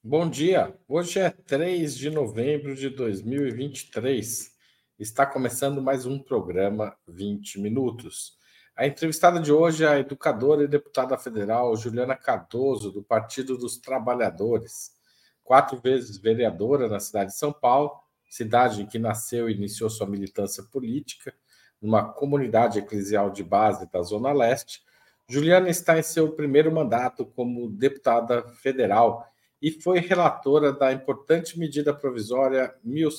Bom dia, hoje é 3 de novembro de 2023. Está começando mais um programa 20 Minutos. A entrevistada de hoje é a educadora e deputada federal Juliana Cardoso, do Partido dos Trabalhadores. 4 vezes vereadora na cidade de São Paulo, cidade em que nasceu e iniciou sua militância política, numa comunidade eclesial de base da Zona Leste. Juliana está em seu primeiro mandato como deputada federal e foi relatora da importante medida provisória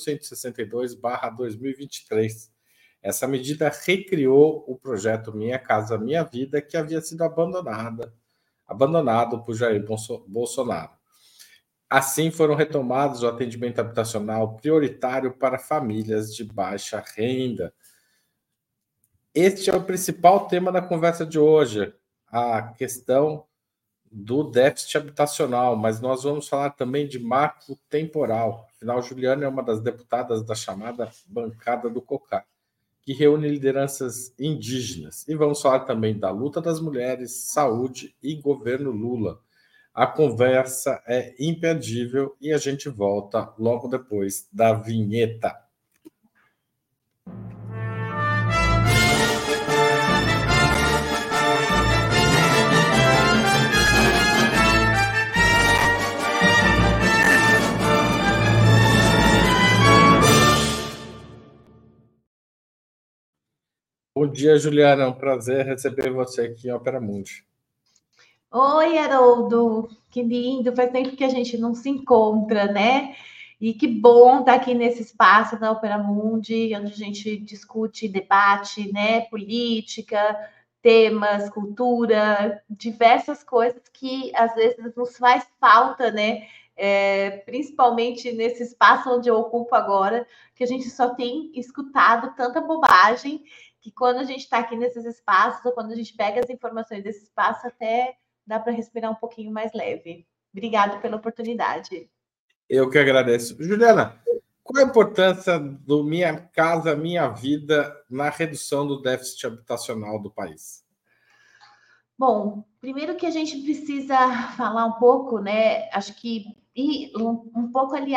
1162/2023. Essa medida recriou o projeto Minha Casa Minha Vida, que havia sido abandonado por Jair Bolsonaro. Assim, foram retomados o atendimento habitacional prioritário para famílias de baixa renda. Este é o principal tema da conversa de hoje, a questão do déficit habitacional, mas nós vamos falar também de marco temporal. Afinal, Juliana é uma das deputadas da chamada bancada do COCAR, que reúne lideranças indígenas. E vamos falar também da luta das mulheres, saúde e governo Lula. A conversa é imperdível e a gente volta logo depois da vinheta. Bom dia, Juliana. É um prazer receber você aqui em Opera Mundi. Oi, Haroldo. Que lindo. Faz tempo que a gente não se encontra, né? E que bom estar aqui nesse espaço da Opera Mundi, onde a gente discute, debate, né? Política, temas, cultura, diversas coisas que às vezes nos faz falta, né? Principalmente nesse espaço onde eu ocupo agora, que a gente só tem escutado tanta bobagem que quando a gente está aqui nesses espaços, ou quando a gente pega as informações desse espaço, até dá para respirar um pouquinho mais leve. Obrigada pela oportunidade. Eu que agradeço. Juliana, qual a importância do Minha Casa Minha Vida na redução do déficit habitacional do país? Bom, primeiro que a gente precisa falar um pouco, né? Acho que ir um pouco ali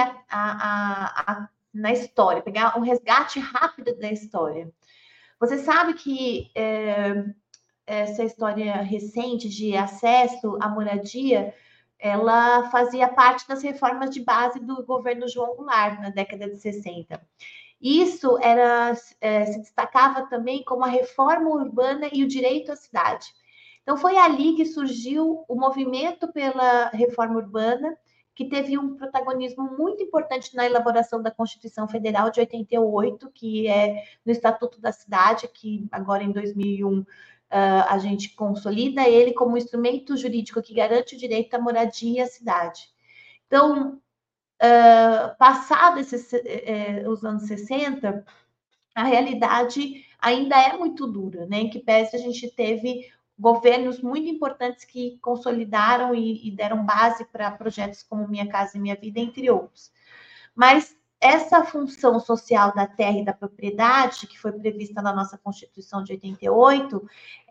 na história, pegar um resgate rápido da história. Você sabe que essa história recente de acesso à moradia, ela fazia parte das reformas de base do governo João Goulart, na década de 60. Isso se destacava também como a reforma urbana e o direito à cidade. Então, foi ali que surgiu o movimento pela reforma urbana, que teve um protagonismo muito importante na elaboração da Constituição Federal de 88, que é no Estatuto da Cidade, que agora em 2001 a gente consolida ele como instrumento jurídico que garante o direito à moradia à cidade. Então, passado os anos 60, a realidade ainda é muito dura, né? Em que pese a gente teve governos muito importantes que consolidaram e deram base para projetos como Minha Casa e Minha Vida, entre outros. Mas essa função social da terra e da propriedade, que foi prevista na nossa Constituição de 88,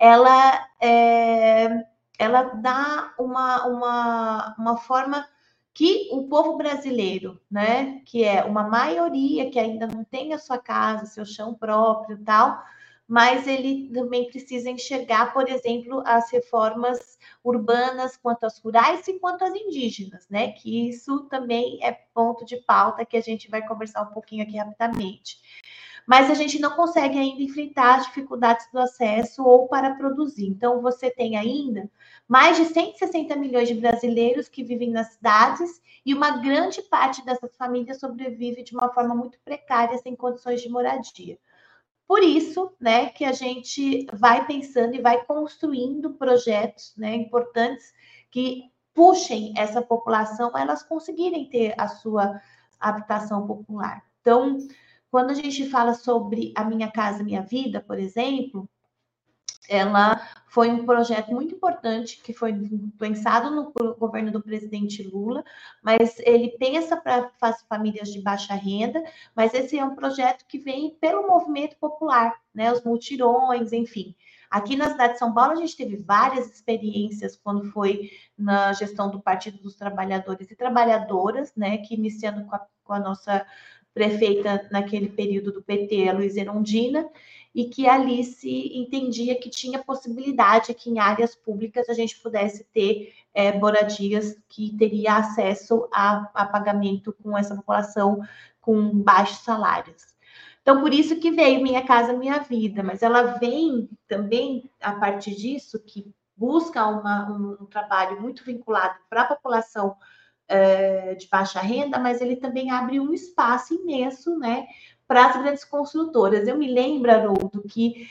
ela dá uma forma que o povo brasileiro, né, que é uma maioria que ainda não tem a sua casa, seu chão próprio e tal, mas ele também precisa enxergar, por exemplo, as reformas urbanas, quanto às rurais e quanto às indígenas, né? Que isso também é ponto de pauta que a gente vai conversar um pouquinho aqui rapidamente. Mas a gente não consegue ainda enfrentar as dificuldades do acesso ou para produzir. Então, você tem ainda mais de 160 milhões de brasileiros que vivem nas cidades e uma grande parte dessas famílias sobrevive de uma forma muito precária, sem condições de moradia. Por isso, né, que a gente vai pensando e vai construindo projetos, né, importantes que puxem essa população a elas conseguirem ter a sua habitação popular. Então, quando a gente fala sobre a Minha Casa Minha Vida, por exemplo, ela foi um projeto muito importante que foi pensado no governo do presidente Lula, mas ele pensa para as famílias de baixa renda, mas esse é um projeto que vem pelo movimento popular, né? Os multirões, enfim. Aqui na cidade de São Paulo, a gente teve várias experiências quando foi na gestão do Partido dos Trabalhadores e Trabalhadoras, né, que iniciando com a nossa prefeita naquele período do PT, a Luiza Erundina, e que ali se entendia que tinha possibilidade que em áreas públicas a gente pudesse ter moradias que teria acesso a pagamento com essa população com baixos salários. Então, por isso que veio Minha Casa Minha Vida, mas ela vem também, a partir disso, que busca um trabalho muito vinculado para a população de baixa renda, mas ele também abre um espaço imenso, né, para as grandes construtoras. Eu me lembro, Haroldo, que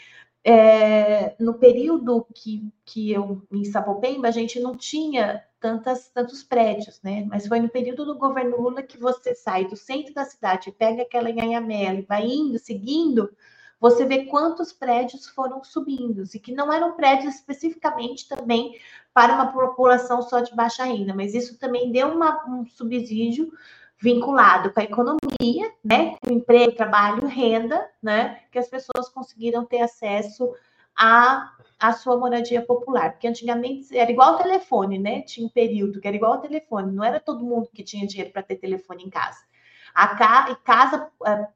no período que eu em Sapopemba, a gente não tinha tantos prédios, né? Mas foi no período do governo Lula que você sai do centro da cidade, pega aquela Anhangamela e vai indo, seguindo, você vê quantos prédios foram subindo, e que não eram prédios especificamente também para uma população só de baixa renda, mas isso também deu um subsídio vinculado com a economia, né, com emprego, trabalho, renda, né, que as pessoas conseguiram ter acesso à sua moradia popular, porque antigamente era igual ao telefone, né, tinha um período que era igual ao telefone, não era todo mundo que tinha dinheiro para ter telefone em casa. Casa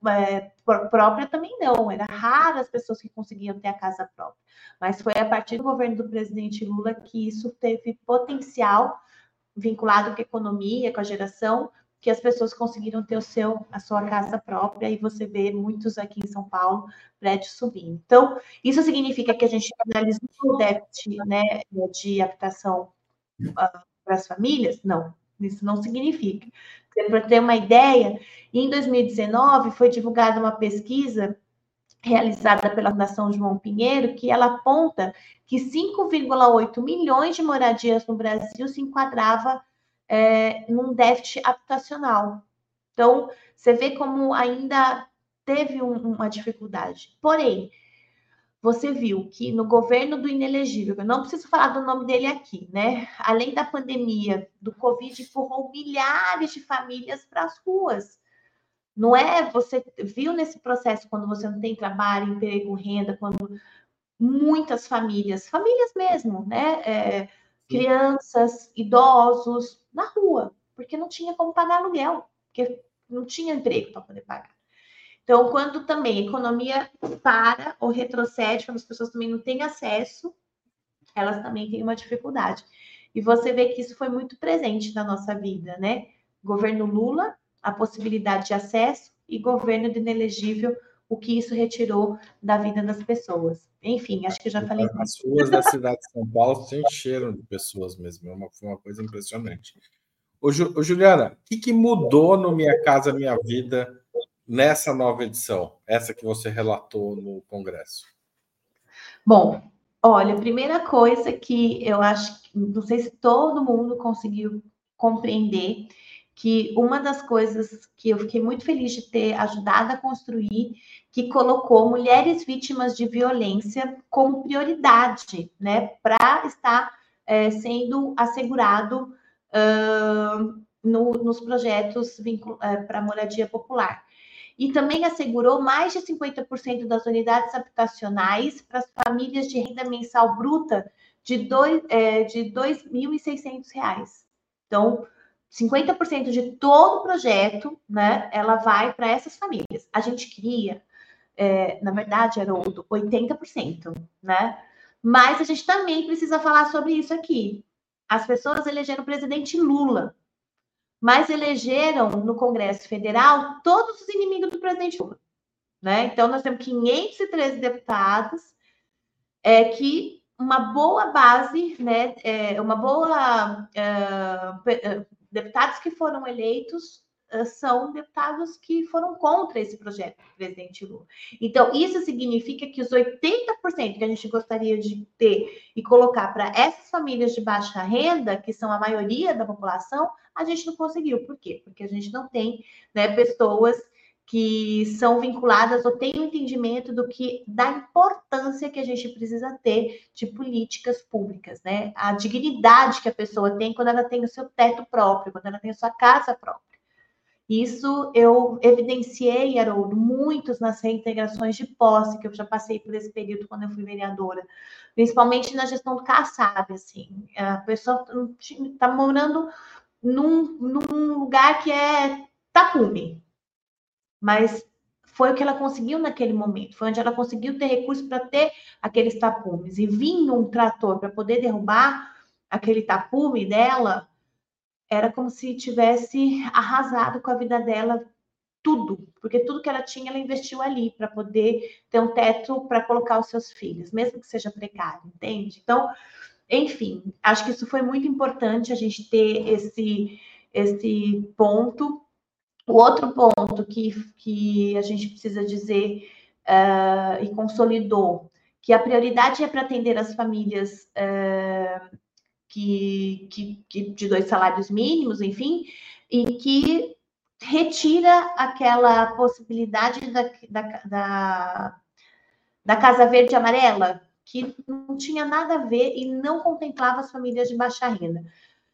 própria também não, era raro as pessoas que conseguiam ter a casa própria, mas foi a partir do governo do presidente Lula que isso teve potencial vinculado com a economia, com a geração, que as pessoas conseguiram ter a sua casa própria, e você vê muitos aqui em São Paulo, prédios subindo. Então, isso significa que a gente finalizou o déficit, né, de habitação para as famílias? Não, isso não significa. Para ter uma ideia, em 2019 foi divulgada uma pesquisa realizada pela Fundação João Pinheiro, que ela aponta que 5,8 milhões de moradias no Brasil se enquadrava num déficit habitacional. Então, você vê como ainda teve uma dificuldade. Porém, você viu que no governo do inelegível, eu não preciso falar do nome dele aqui, né? Além da pandemia, do Covid, empurrou milhares de famílias para as ruas. Não é? Você viu nesse processo, quando você não tem trabalho, emprego, renda, quando muitas famílias mesmo, né? Crianças, idosos, na rua, porque não tinha como pagar aluguel, porque não tinha emprego para poder pagar. Então, quando também a economia para ou retrocede, quando as pessoas também não têm acesso, elas também têm uma dificuldade. E você vê que isso foi muito presente na nossa vida, né? Governo Lula, a possibilidade de acesso, e governo do inelegível, o que isso retirou da vida das pessoas. Enfim, acho que eu já falei. As ruas da cidade de São Paulo se encheram de pessoas mesmo, foi uma coisa impressionante. Ô, Juliana, o que mudou no Minha Casa Minha Vida nessa nova edição, essa que você relatou no Congresso? Bom, olha, a primeira coisa que eu acho que não sei se todo mundo conseguiu compreender, que uma das coisas que eu fiquei muito feliz de ter ajudado a construir, que colocou mulheres vítimas de violência como prioridade, né, para estar sendo assegurado nos projetos para moradia popular. E também assegurou mais de 50% das unidades habitacionais para as famílias de renda mensal bruta de R$ 2.600. Então, 50% de todo o projeto, né, ela vai para essas famílias. A gente queria, na verdade, era 80%, né? Mas a gente também precisa falar sobre isso aqui. As pessoas elegeram o presidente Lula, mas elegeram no Congresso Federal todos os inimigos do presidente Lula, né? Então, nós temos 513 deputados, que uma boa base, né? Deputados que foram eleitos são deputados que foram contra esse projeto do presidente Lula. Então, isso significa que os 80% que a gente gostaria de ter e colocar para essas famílias de baixa renda, que são a maioria da população, a gente não conseguiu. Por quê? Porque a gente não tem, né, pessoas que são vinculadas ou têm um entendimento da importância que a gente precisa ter de políticas públicas, né? A dignidade que a pessoa tem quando ela tem o seu teto próprio, quando ela tem a sua casa própria. Isso eu evidenciei, Haroldo, muitos nas reintegrações de posse, que eu já passei por esse período quando eu fui vereadora, principalmente na gestão do CASAB, assim, a pessoa está morando num lugar que é tapume, mas foi o que ela conseguiu naquele momento, foi onde ela conseguiu ter recursos para ter aqueles tapumes, e vindo um trator para poder derrubar aquele tapume dela, era como se tivesse arrasado com a vida dela tudo, porque tudo que ela tinha, ela investiu ali para poder ter um teto para colocar os seus filhos, mesmo que seja precário, entende? Então, enfim, acho que isso foi muito importante a gente ter esse ponto. O outro ponto que a gente precisa dizer e consolidou, que a prioridade é para atender as famílias de 2 salários mínimos, enfim, e que retira aquela possibilidade da Casa Verde e Amarela, que não tinha nada a ver e não contemplava as famílias de baixa renda.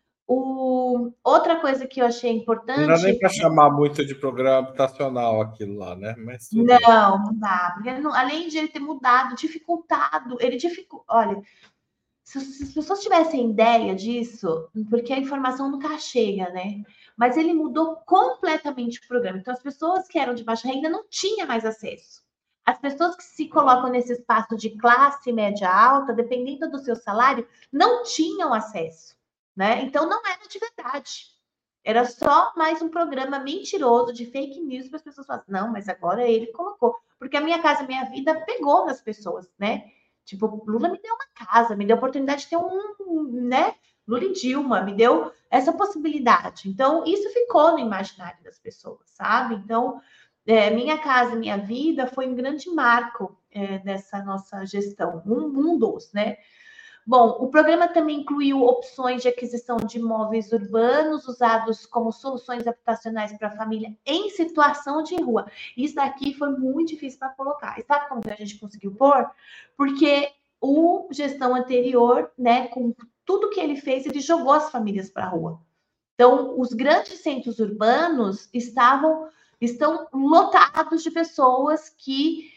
Outra coisa que eu achei importante. Não dá nem para chamar muito de programa habitacional aquilo lá, né? Mas tudo não, bem. não dá. Porque além de ele ter mudado, dificultado, ele dificultou. Olha, se as pessoas tivessem ideia disso, porque a informação nunca chega, né? Mas ele mudou completamente o programa. Então, as pessoas que eram de baixa renda não tinham mais acesso. As pessoas que se colocam nesse espaço de classe média alta, dependendo do seu salário, não tinham acesso, né? Então, não era de verdade. Era só mais um programa mentiroso de fake news para as pessoas falarem, não, mas agora ele colocou. Porque a Minha Casa Minha Vida pegou nas pessoas, né? Tipo, Lula me deu uma casa, me deu a oportunidade de ter né? Lula e Dilma, me deu essa possibilidade. Então, isso ficou no imaginário das pessoas, sabe? Então, Minha Casa Minha Vida foi um grande marco dessa nossa gestão, um dos, né? Bom, o programa também incluiu opções de aquisição de imóveis urbanos usados como soluções habitacionais para a família em situação de rua. Isso daqui foi muito difícil para colocar. E sabe como que a gente conseguiu pôr? Porque o gestão anterior, né, com tudo que ele fez, ele jogou as famílias para a rua. Então, os grandes centros urbanos estão lotados de pessoas que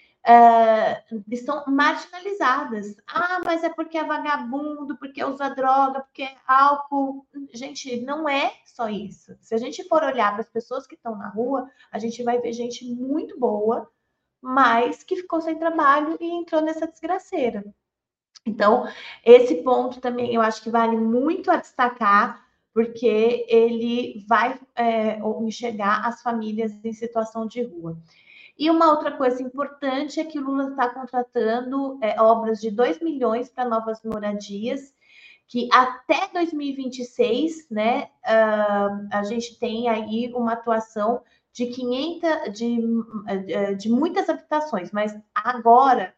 estão marginalizadas. Ah, mas é porque é vagabundo, porque usa droga, porque é álcool. Gente, não é só isso. Se a gente for olhar para as pessoas que estão na rua, a gente vai ver gente muito boa, mas que ficou sem trabalho e entrou nessa desgraceira. Então, esse ponto também eu acho que vale muito a destacar, porque ele vai enxergar as famílias em situação de rua. E uma outra coisa importante é que o Lula está contratando obras de 2 milhões para novas moradias, que até 2026, né, a gente tem aí uma atuação de 500, de muitas habitações, mas agora,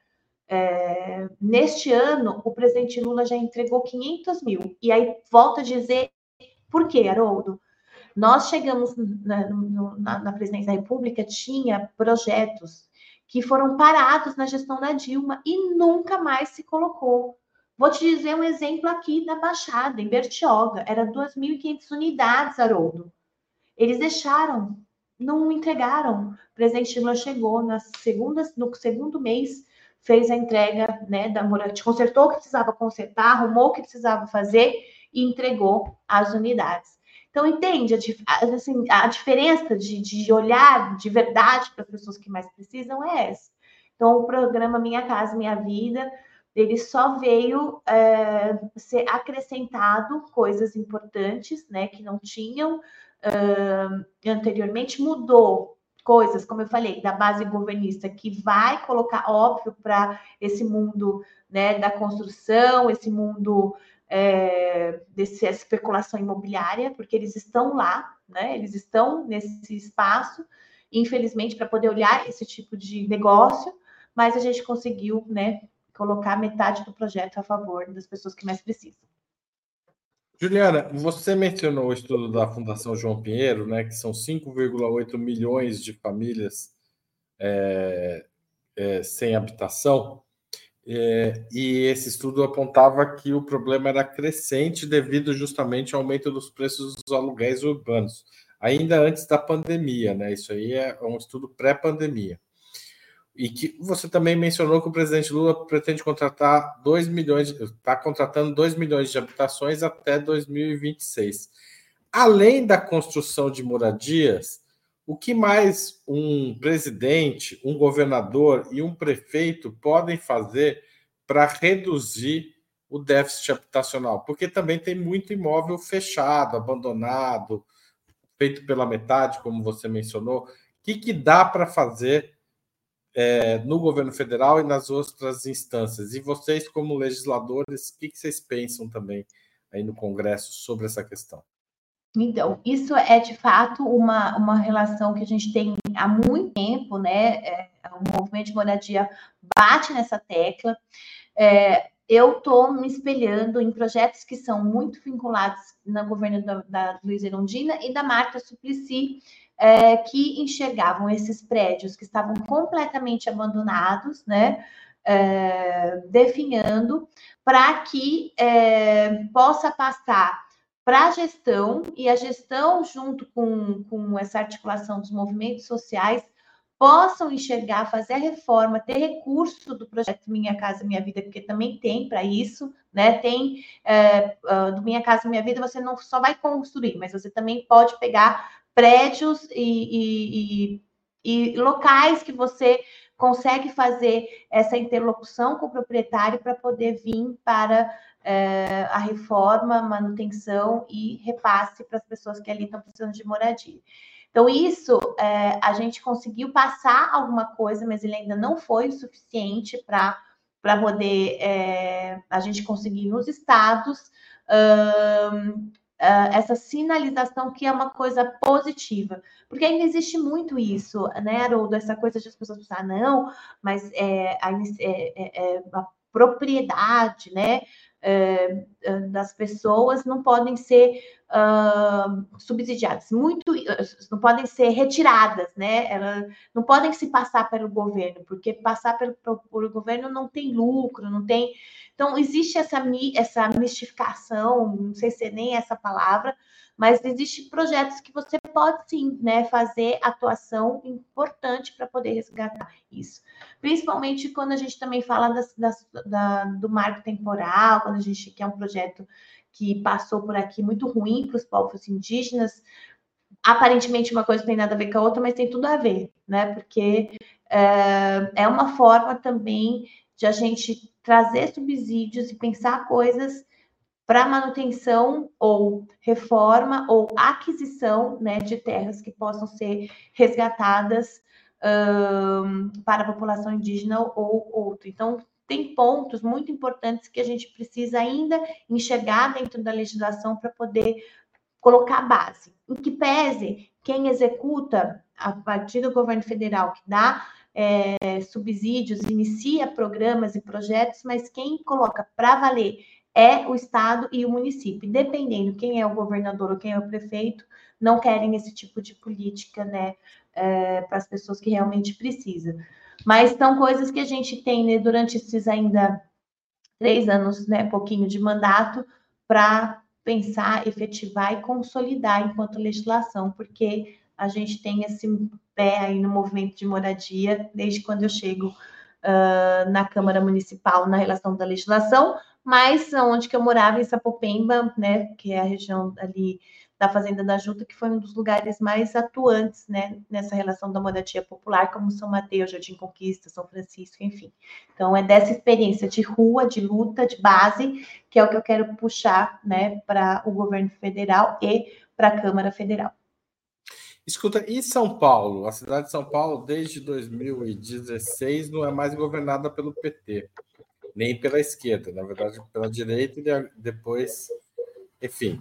neste ano, o presidente Lula já entregou 500 mil. E aí, volto a dizer, por quê, Haroldo? Nós chegamos na presidência da República, tinha projetos que foram parados na gestão da Dilma e nunca mais se colocou. Vou te dizer um exemplo aqui da Baixada, em Bertioga, era 2.500 unidades, Haroldo. Eles deixaram, não entregaram. O presidente Lula chegou no segundo mês, fez a entrega, né, da moradia, consertou o que precisava consertar, arrumou o que precisava fazer e entregou as unidades. Então, entende assim, a diferença de olhar de verdade para as pessoas que mais precisam é essa. Então, o programa Minha Casa Minha Vida, ele só veio ser acrescentado coisas importantes, né, que não tinham anteriormente, mudou coisas, como eu falei, da base governista, que vai colocar, óbvio, para esse mundo, né, da construção, esse mundo dessa especulação imobiliária, porque eles estão lá, né, eles estão nesse espaço, infelizmente, para poder olhar esse tipo de negócio, mas a gente conseguiu, né, colocar metade do projeto a favor das pessoas que mais precisam. Juliana, você mencionou o estudo da Fundação João Pinheiro, né, que são 5,8 milhões de famílias sem habitação, e esse estudo apontava que o problema era crescente devido justamente ao aumento dos preços dos aluguéis urbanos. ainda antes da pandemia, né? Isso aí é um estudo pré-pandemia. E que você também mencionou que o presidente Lula pretende contratar 2 milhões, está contratando 2 milhões de habitações até 2026. Além da construção de moradias, o que mais um presidente, um governador e um prefeito podem fazer para reduzir o déficit habitacional? Porque também tem muito imóvel fechado, abandonado, feito pela metade, como você mencionou. O que dá para fazer no governo federal e nas outras instâncias? E vocês, como legisladores, o que vocês pensam também aí no Congresso sobre essa questão? Então, isso é de fato uma relação que a gente tem há muito tempo, né? O movimento de moradia bate nessa tecla. Eu estou me espelhando em projetos que são muito vinculados no governo da Luiza Erundina e da Marta Suplicy, que enxergavam esses prédios que estavam completamente abandonados, né? Definhando para que possa passar para a gestão, e a gestão, junto com essa articulação dos movimentos sociais, possam enxergar, fazer a reforma, ter recurso do projeto Minha Casa Minha Vida, porque também tem para isso, né? Tem do Minha Casa Minha Vida, você não só vai construir, mas você também pode pegar prédios e locais que você consegue fazer essa interlocução com o proprietário para poder vir para a reforma, manutenção e repasse para as pessoas que ali estão precisando de moradia. Então, isso a gente conseguiu passar alguma coisa, mas ele ainda não foi o suficiente para poder a gente conseguir nos estados essa sinalização que é uma coisa positiva. Porque ainda existe muito isso, né, Haroldo? Essa coisa de as pessoas pensarem, não, mas a propriedade, né, das pessoas não podem ser subsidiadas, não podem ser retiradas, né? Elas não podem se passar pelo governo, porque passar pelo governo não tem lucro, não tem. Então, existe essa mistificação, não sei se é nem essa palavra, mas existem projetos que você pode sim, né, fazer atuação importante para poder resgatar isso. Principalmente quando a gente também fala do marco temporal, quando a gente quer um projeto que passou por aqui muito ruim para os povos indígenas. Aparentemente uma coisa não tem nada a ver com a outra, mas tem tudo a ver, né? Porque é uma forma também de a gente trazer subsídios e pensar coisas para manutenção ou reforma ou aquisição, né, de terras que possam ser resgatadas para a população indígena ou outro. Então, tem pontos muito importantes que a gente precisa ainda enxergar dentro da legislação para poder colocar a base. Em que pese quem executa a partir do governo federal, que dá subsídios, inicia programas e projetos, mas quem coloca para valer é o Estado e o município. Dependendo quem é o governador ou quem é o prefeito, não querem esse tipo de política, né, para as pessoas que realmente precisam. Mas são coisas que a gente tem, né, durante esses ainda 3 anos, né, pouquinho de mandato, para pensar, efetivar e consolidar enquanto legislação, porque a gente tem esse pé aí no movimento de moradia desde quando eu chego na Câmara Municipal na relação da legislação, mas onde que eu morava, em Sapopemba, né, que é a região ali da Fazenda da Juta, que foi um dos lugares mais atuantes, né, nessa relação da moradia popular, como São Mateus, Jardim Conquista, São Francisco, enfim. Então, é dessa experiência de rua, de luta, de base, que é o que eu quero puxar, né, para o governo federal e para a Câmara Federal. Escuta, e São Paulo? A cidade de São Paulo, desde 2016, não é mais governada pelo PT, nem pela esquerda, na verdade, pela direita e depois, enfim.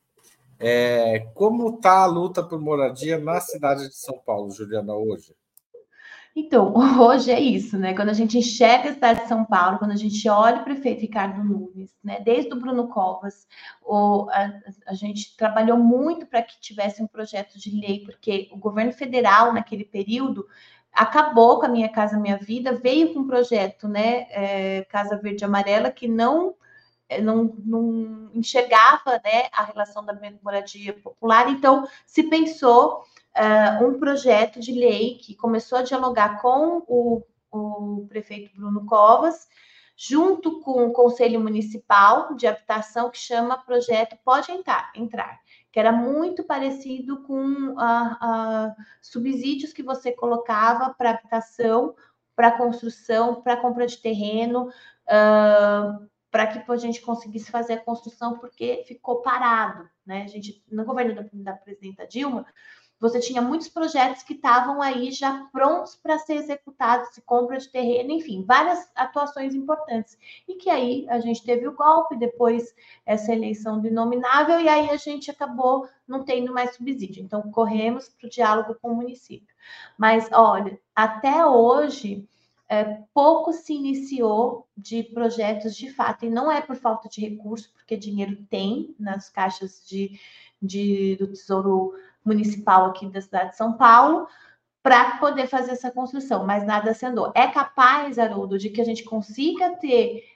Como está a luta por moradia na cidade de São Paulo, Juliana, hoje? Então, hoje é isso, né? Quando a gente enxerga a cidade de São Paulo, quando a gente olha o prefeito Ricardo Nunes, né? Desde o Bruno Covas, a gente trabalhou muito para que tivesse um projeto de lei, porque o governo federal, naquele período, acabou com a Minha Casa Minha Vida, veio com um projeto, né? Casa Verde e Amarela, que não não enxergava, né, a relação da moradia popular, então se pensou um projeto de lei que começou a dialogar com o prefeito Bruno Covas, junto com o Conselho Municipal de Habitação, que chama Projeto Pode Entrar, que era muito parecido com subsídios que você colocava para habitação, para construção, para compra de terreno, para que a gente conseguisse fazer a construção, porque ficou parado, né? A gente, no governo da presidenta Dilma, você tinha muitos projetos que estavam aí já prontos para ser executados, de compra de terreno, enfim, várias atuações importantes. E que aí a gente teve o golpe, depois essa eleição do inominável, e aí a gente acabou não tendo mais subsídio. Então, corremos para o diálogo com o município. Mas, olha, até hoje, pouco se iniciou de projetos de fato, e não é por falta de recurso, porque dinheiro tem nas caixas do Tesouro Municipal aqui da cidade de São Paulo, para poder fazer essa construção, mas nada se andou. É capaz, Haroldo, de que a gente consiga ter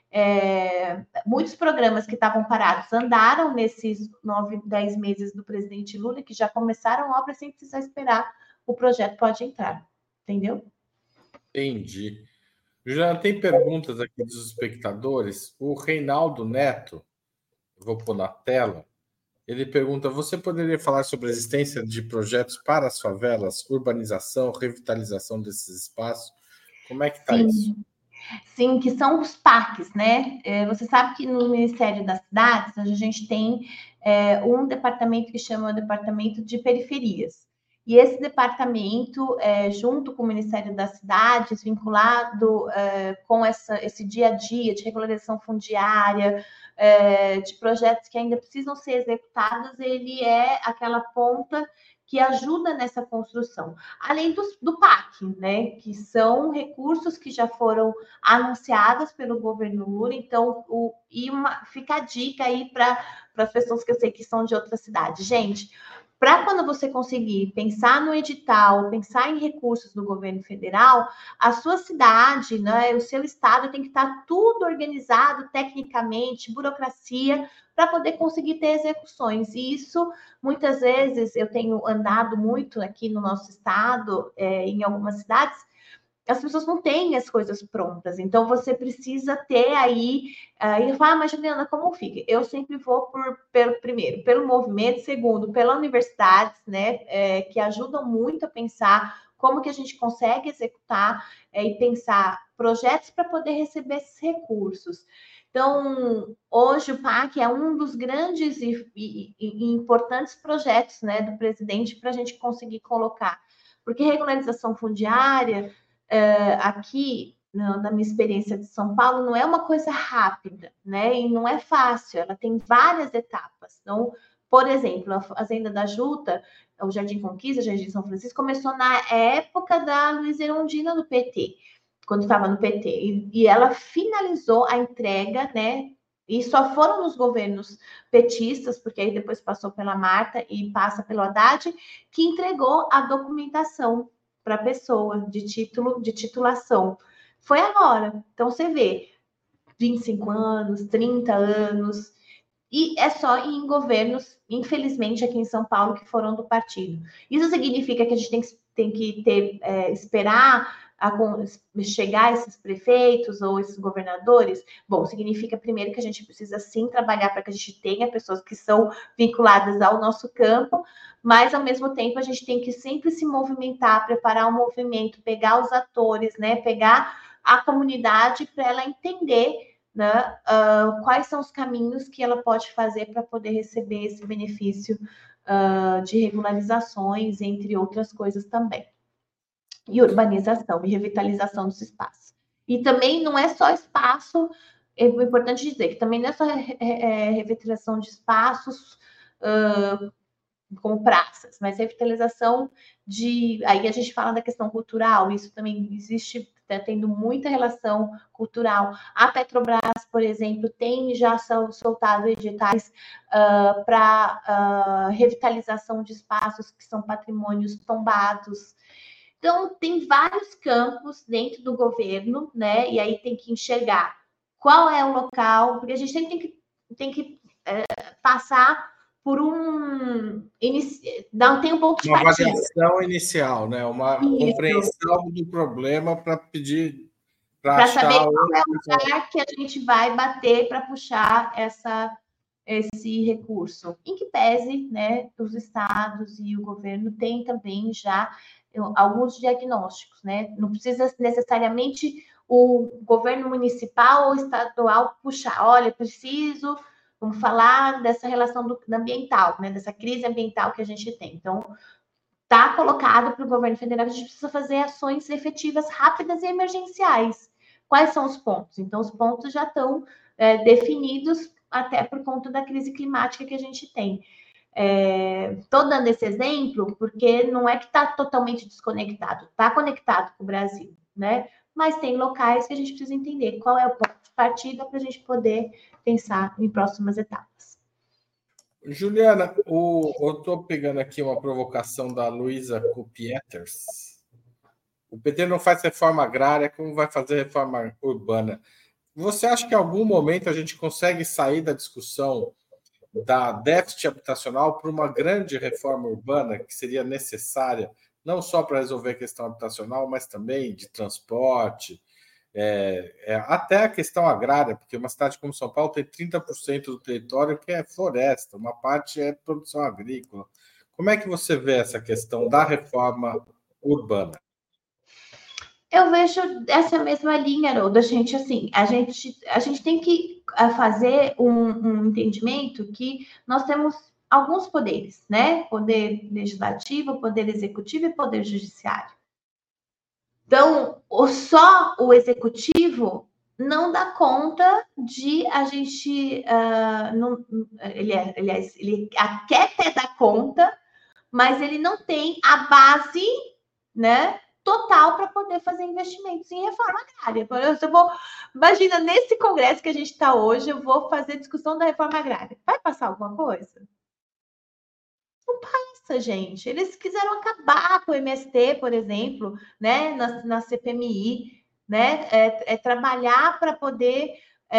muitos programas que estavam parados, andaram nesses 9, 10 meses do presidente Lula, que já começaram obras sem precisar esperar o projeto Pode Entrar, entendeu? Entendi. Juliana, tem perguntas aqui dos espectadores. O Reinaldo Neto, vou pôr na tela, ele pergunta: você poderia falar sobre a existência de projetos para as favelas, urbanização, revitalização desses espaços? Como é que está isso? Sim, que são os parques, né? Você sabe que no Ministério das Cidades a gente tem um departamento que chama Departamento de Periferias. E esse departamento, junto com o Ministério das Cidades, vinculado com esse dia a dia de regularização fundiária, de projetos que ainda precisam ser executados, ele é aquela ponta que ajuda nessa construção. Além do PAC, né, que são recursos que já foram anunciados pelo governo Lula, então fica a dica aí para as pessoas que eu sei que são de outras cidades. Gente, para quando você conseguir pensar no edital, pensar em recursos do governo federal, a sua cidade, né, o seu estado tem que estar tudo organizado tecnicamente, burocracia, para poder conseguir ter execuções. E isso, muitas vezes, eu tenho andado muito aqui no nosso estado, em algumas cidades, as pessoas não têm as coisas prontas, então você precisa ter aí, e falar, mas Juliana, como fica? Eu sempre vou primeiro, pelo movimento, segundo, pelas universidades, né, que ajudam muito a pensar como que a gente consegue executar e pensar projetos para poder receber esses recursos. Então, hoje o PAC é um dos grandes e importantes projetos, né, do presidente para a gente conseguir colocar, porque regularização fundiária aqui, na minha experiência de São Paulo, não é uma coisa rápida, né? E não é fácil, ela tem várias etapas. Então, por exemplo, a Fazenda da Juta, o Jardim Conquista, o Jardim São Francisco, começou na época da Luiza Erundina do PT, quando estava no PT, e ela finalizou a entrega, né? E só foram nos governos petistas, porque aí depois passou pela Marta e passa pelo Haddad, que entregou a documentação para a pessoa de titulação. Foi agora. Então você vê 25 anos, 30 anos, e é só em governos, infelizmente, aqui em São Paulo, que foram do partido. Isso significa que a gente tem que esperar chegar esses prefeitos ou esses governadores? Bom, significa primeiro que a gente precisa sim trabalhar para que a gente tenha pessoas que são vinculadas ao nosso campo, mas ao mesmo tempo a gente tem que sempre se movimentar, preparar um movimento, pegar os atores, né, pegar a comunidade para ela entender, né, quais são os caminhos que ela pode fazer para poder receber esse benefício de regularizações, entre outras coisas também. E urbanização e revitalização dos espaços. E também não é só espaço, é importante dizer que também não é só revitalização de espaços como praças, mas revitalização aí a gente fala da questão cultural, isso também existe, tá tendo muita relação cultural. A Petrobras, por exemplo, tem já soltado editais para revitalização de espaços que são patrimônios tombados. Então, tem vários campos dentro do governo, né? E aí tem que enxergar qual é o local, porque a gente sempre tem que tem que passar por tem um ponto de partida. Uma avaliação inicial, né? Uma compreensão do problema para pedir, para saber qual é o lugar que a gente vai bater para puxar esse recurso. Em que pese, né, os estados e o governo têm também já alguns diagnósticos, né? Não precisa necessariamente o governo municipal ou estadual puxar, olha, preciso, vamos falar dessa relação ambiental, né, dessa crise ambiental que a gente tem. Então, está colocado para o governo federal que a gente precisa fazer ações efetivas, rápidas e emergenciais. Quais são os pontos? Então, os pontos já estão definidos até por conta da crise climática que a gente tem. Estou dando esse exemplo porque não é que está totalmente desconectado, está conectado com o Brasil, né? Mas tem locais que a gente precisa entender qual é o ponto de partida para a gente poder pensar em próximas etapas. Juliana, eu estou pegando aqui uma provocação da Luísa Kupieters. O PT não faz reforma agrária, como vai fazer reforma urbana? Você acha que em algum momento a gente consegue sair da discussão da déficit habitacional para uma grande reforma urbana que seria necessária, não só para resolver a questão habitacional, mas também de transporte, até a questão agrária, porque uma cidade como São Paulo tem 30% do território que é floresta, uma parte é produção agrícola. Como é que você vê essa questão da reforma urbana? Eu vejo essa mesma linha, Haroldo. A gente tem que fazer um entendimento que nós temos alguns poderes, né? Poder legislativo, poder executivo e poder judiciário. Então, só o executivo não dá conta de a gente. Ele quer até dar conta, mas ele não tem a base, né? Total para poder fazer investimentos em reforma agrária. Imagina, nesse congresso que a gente está hoje, eu vou fazer discussão da reforma agrária. Vai passar alguma coisa? Não passa, gente. Eles quiseram acabar com o MST, por exemplo, né, na CPMI, né? Trabalhar para poder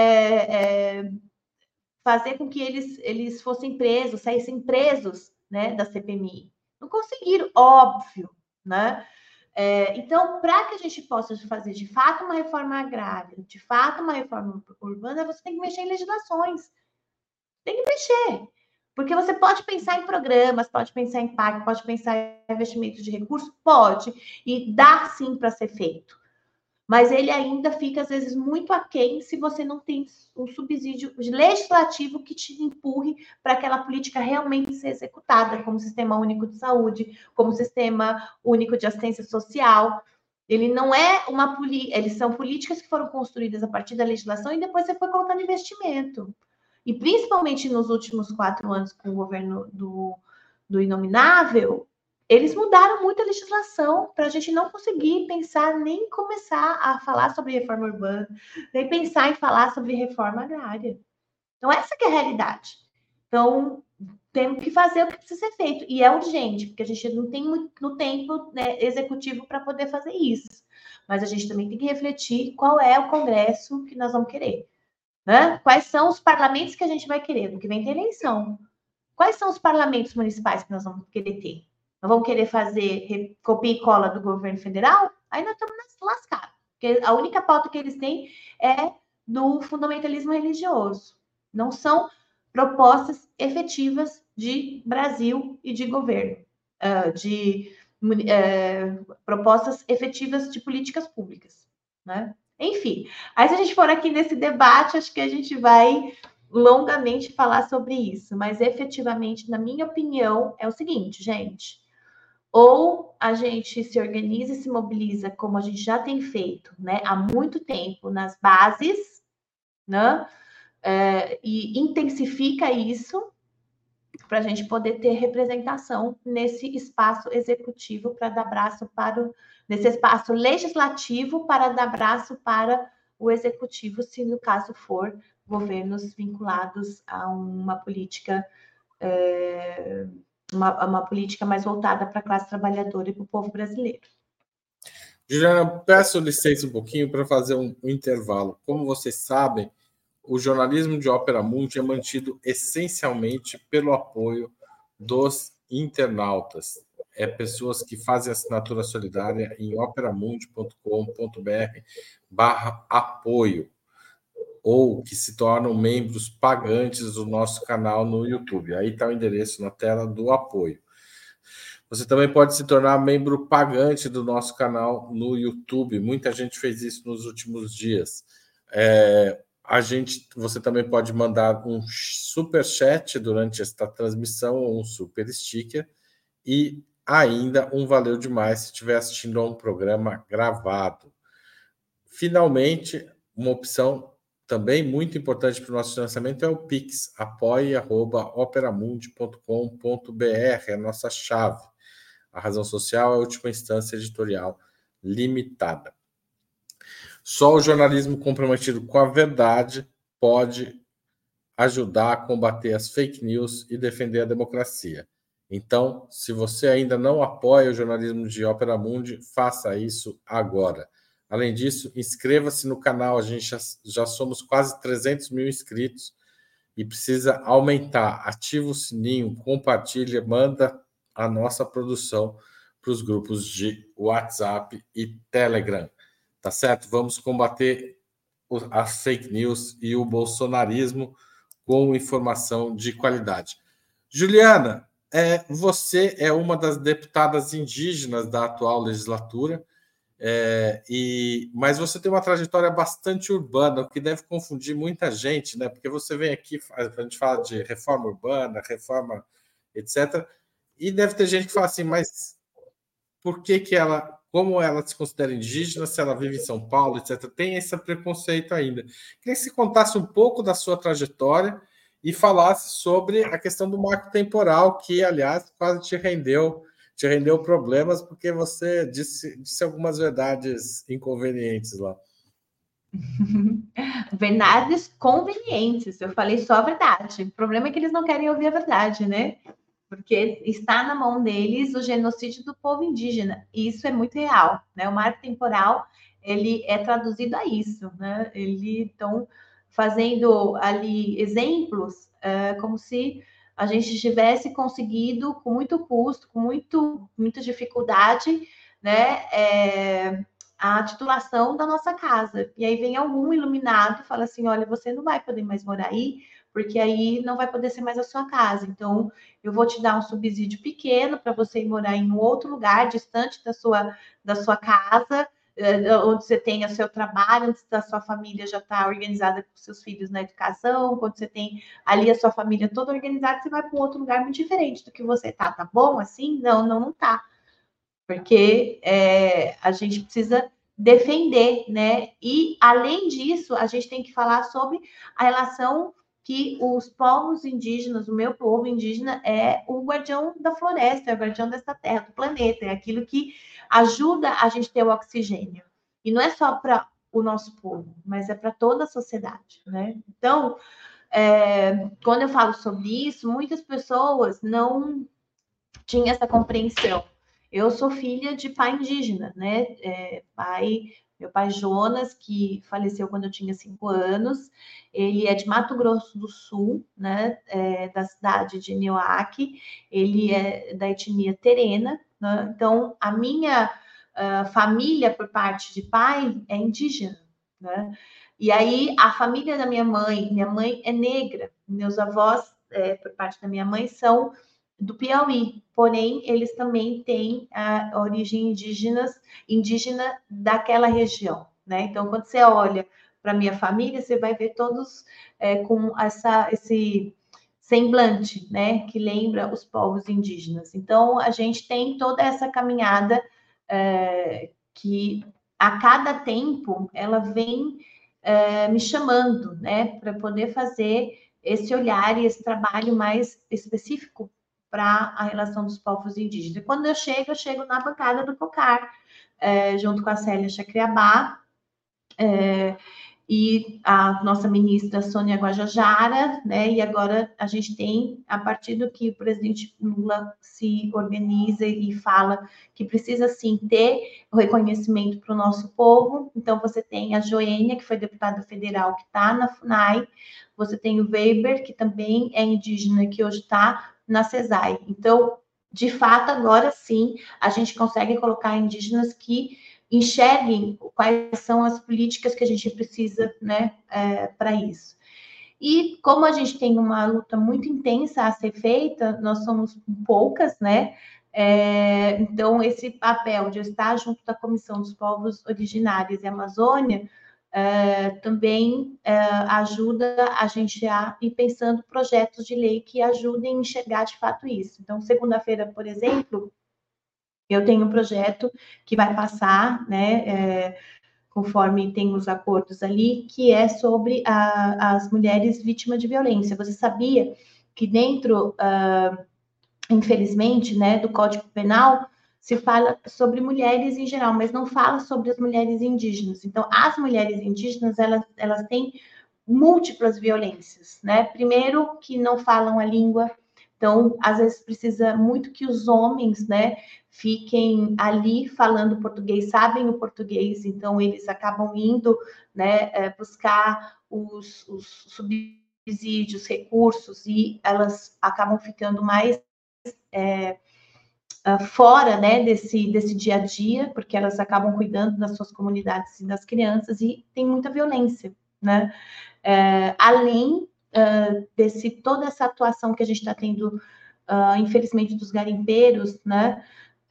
fazer com que eles fossem presos, saíssem presos, né, da CPMI. Não conseguiram, óbvio, né? Então, para que a gente possa fazer de fato uma reforma agrária, de fato uma reforma urbana, você tem que mexer em legislações. Tem que mexer. Porque você pode pensar em programas, pode pensar em PAC, pode pensar em investimento de recursos, pode, e dá sim para ser feito. Mas ele ainda fica, às vezes, muito aquém se você não tem um subsídio legislativo que te empurre para aquela política realmente ser executada, como Sistema Único de Saúde, como Sistema Único de Assistência Social. Ele não é eles são políticas que foram construídas a partir da legislação e depois você foi colocando investimento. E principalmente nos últimos 4 anos com o governo do Inominável, eles mudaram muito a legislação para a gente não conseguir pensar, nem começar a falar sobre reforma urbana, nem pensar em falar sobre reforma agrária. Então, essa que é a realidade. Então, temos que fazer o que precisa ser feito. E é urgente, porque a gente não tem muito tempo, né, executivo para poder fazer isso. Mas a gente também tem que refletir qual é o Congresso que nós vamos querer. Né? Quais são os parlamentos que a gente vai querer? Porque vem ter eleição. Quais são os parlamentos municipais que nós vamos querer ter? Nós vamos querer fazer copia e cola do governo federal? Aí nós estamos lascados. Porque a única pauta que eles têm é do fundamentalismo religioso. Não são propostas efetivas de Brasil e de governo, propostas efetivas de políticas públicas, né? Enfim, aí se a gente for aqui nesse debate, acho que a gente vai longamente falar sobre isso, mas efetivamente, na minha opinião, é o seguinte, gente. Ou a gente se organiza e se mobiliza, como a gente já tem feito, né, há muito tempo, nas bases, né, e intensifica isso para a gente poder ter representação nesse espaço executivo para dar braço nesse espaço legislativo para dar braço para o executivo, se no caso for governos vinculados a uma política uma política mais voltada para a classe trabalhadora e para o povo brasileiro. Juliana, peço licença um pouquinho para fazer um intervalo. Como vocês sabem, o jornalismo de Opera Mundi é mantido essencialmente pelo apoio dos internautas. Pessoas que fazem assinatura solidária em operamundi.com.br/apoio ou que se tornam membros pagantes do nosso canal no YouTube. Aí está o endereço na tela do apoio. Você também pode se tornar membro pagante do nosso canal no YouTube. Muita gente fez isso nos últimos dias. Você também pode mandar um super chat durante esta transmissão ou um super sticker e ainda um valeu demais se estiver assistindo a um programa gravado. Finalmente, uma opção também muito importante para o nosso financiamento é o Pix, apoie@operamundi.com.br, é a nossa chave. A razão social é a última instância editorial limitada. Só o jornalismo comprometido com a verdade pode ajudar a combater as fake news e defender a democracia. Então, se você ainda não apoia o jornalismo de Opera Mundi, faça isso agora. Além disso, inscreva-se no canal. A gente já somos quase 300 mil inscritos e precisa aumentar. Ativa o sininho, compartilha, manda a nossa produção para os grupos de WhatsApp e Telegram. Tá certo? Vamos combater as fake news e o bolsonarismo com informação de qualidade. Juliana, você é uma das deputadas indígenas da atual legislatura, mas você tem uma trajetória bastante urbana, o que deve confundir muita gente, né? Porque você vem aqui, a gente fala de reforma urbana, reforma, etc., e deve ter gente que fala assim, mas por que como ela se considera indígena, se ela vive em São Paulo, etc., tem esse preconceito ainda. Queria que você contasse um pouco da sua trajetória e falasse sobre a questão do marco temporal, que, aliás, quase te rendeu problemas, porque você disse algumas verdades inconvenientes lá. Verdades convenientes, eu falei só a verdade. O problema é que eles não querem ouvir a verdade, né? Porque está na mão deles o genocídio do povo indígena, e isso é muito real, né? O marco temporal, ele é traduzido a isso, né? Estão fazendo ali exemplos, como se a gente tivesse conseguido, com muito custo, com muita dificuldade, né? A titulação da nossa casa. E aí vem algum iluminado e fala assim: olha, você não vai poder mais morar aí, porque aí não vai poder ser mais a sua casa. Então, eu vou te dar um subsídio pequeno para você ir morar em um outro lugar, distante da sua casa, onde você tenha seu trabalho, onde a sua família já está organizada com seus filhos na educação, quando você tem ali a sua família toda organizada, você vai para um outro lugar muito diferente do que você está. Tá bom assim? Não tá. Porque a gente precisa defender, né? E, além disso, a gente tem que falar sobre a relação que os povos indígenas, o meu povo indígena, é o guardião da floresta, é o guardião dessa terra, do planeta, é aquilo que ajuda a gente ter o oxigênio. E não é só para o nosso povo, mas é para toda a sociedade, né? Então, quando eu falo sobre isso, muitas pessoas não tinham essa compreensão. Eu sou filha de pai indígena, né? Meu pai Jonas, que faleceu quando eu tinha 5 anos, ele é de Mato Grosso do Sul, né? Da cidade de Nioaque, ele é da etnia terena, né? Então, a minha família, por parte de pai, é indígena, né? E aí, a família da minha mãe é negra, meus avós, por parte da minha mãe, são do Piauí, porém eles também têm a origem indígena daquela região, né? Então, quando você olha para minha família, você vai ver todos com esse semblante, né, que lembra os povos indígenas. Então, a gente tem toda essa caminhada que a cada tempo ela vem me chamando, né, para poder fazer esse olhar e esse trabalho mais específico para a relação dos povos indígenas. E quando eu chego na bancada do COCAR, junto com a Célia Chacriabá, e a nossa ministra Sônia Guajajara, né? E agora a gente tem, a partir do que o presidente Lula se organiza e fala que precisa sim ter o reconhecimento para o nosso povo. Então você tem a Joênia, que foi deputada federal, que está na FUNAI, você tem o Weber, que também é indígena, que hoje está na CESAI. Então, de fato, agora sim, a gente consegue colocar indígenas que enxerguem quais são as políticas que a gente precisa, né, para isso. E como a gente tem uma luta muito intensa a ser feita, nós somos poucas, né? Então, esse papel de eu estar junto da Comissão dos Povos Originários e Amazônia também ajuda a gente a ir pensando projetos de lei que ajudem a enxergar de fato isso. Então, segunda-feira, por exemplo, eu tenho um projeto que vai passar, né, conforme tem os acordos ali, que é sobre as mulheres vítimas de violência. Você sabia que dentro, infelizmente, né, do Código Penal, se fala sobre mulheres em geral, mas não fala sobre as mulheres indígenas. Então, as mulheres indígenas, elas têm múltiplas violências, né? Primeiro, que não falam a língua, então, às vezes, precisa muito que os homens, né, fiquem ali falando português, sabem o português, então eles acabam indo, né, buscar os subsídios, recursos, e elas acabam ficando mais fora, né, desse dia a dia, porque elas acabam cuidando das suas comunidades e das crianças, e tem muita violência, né? Além toda essa atuação que a gente está tendo, infelizmente, dos garimpeiros, né?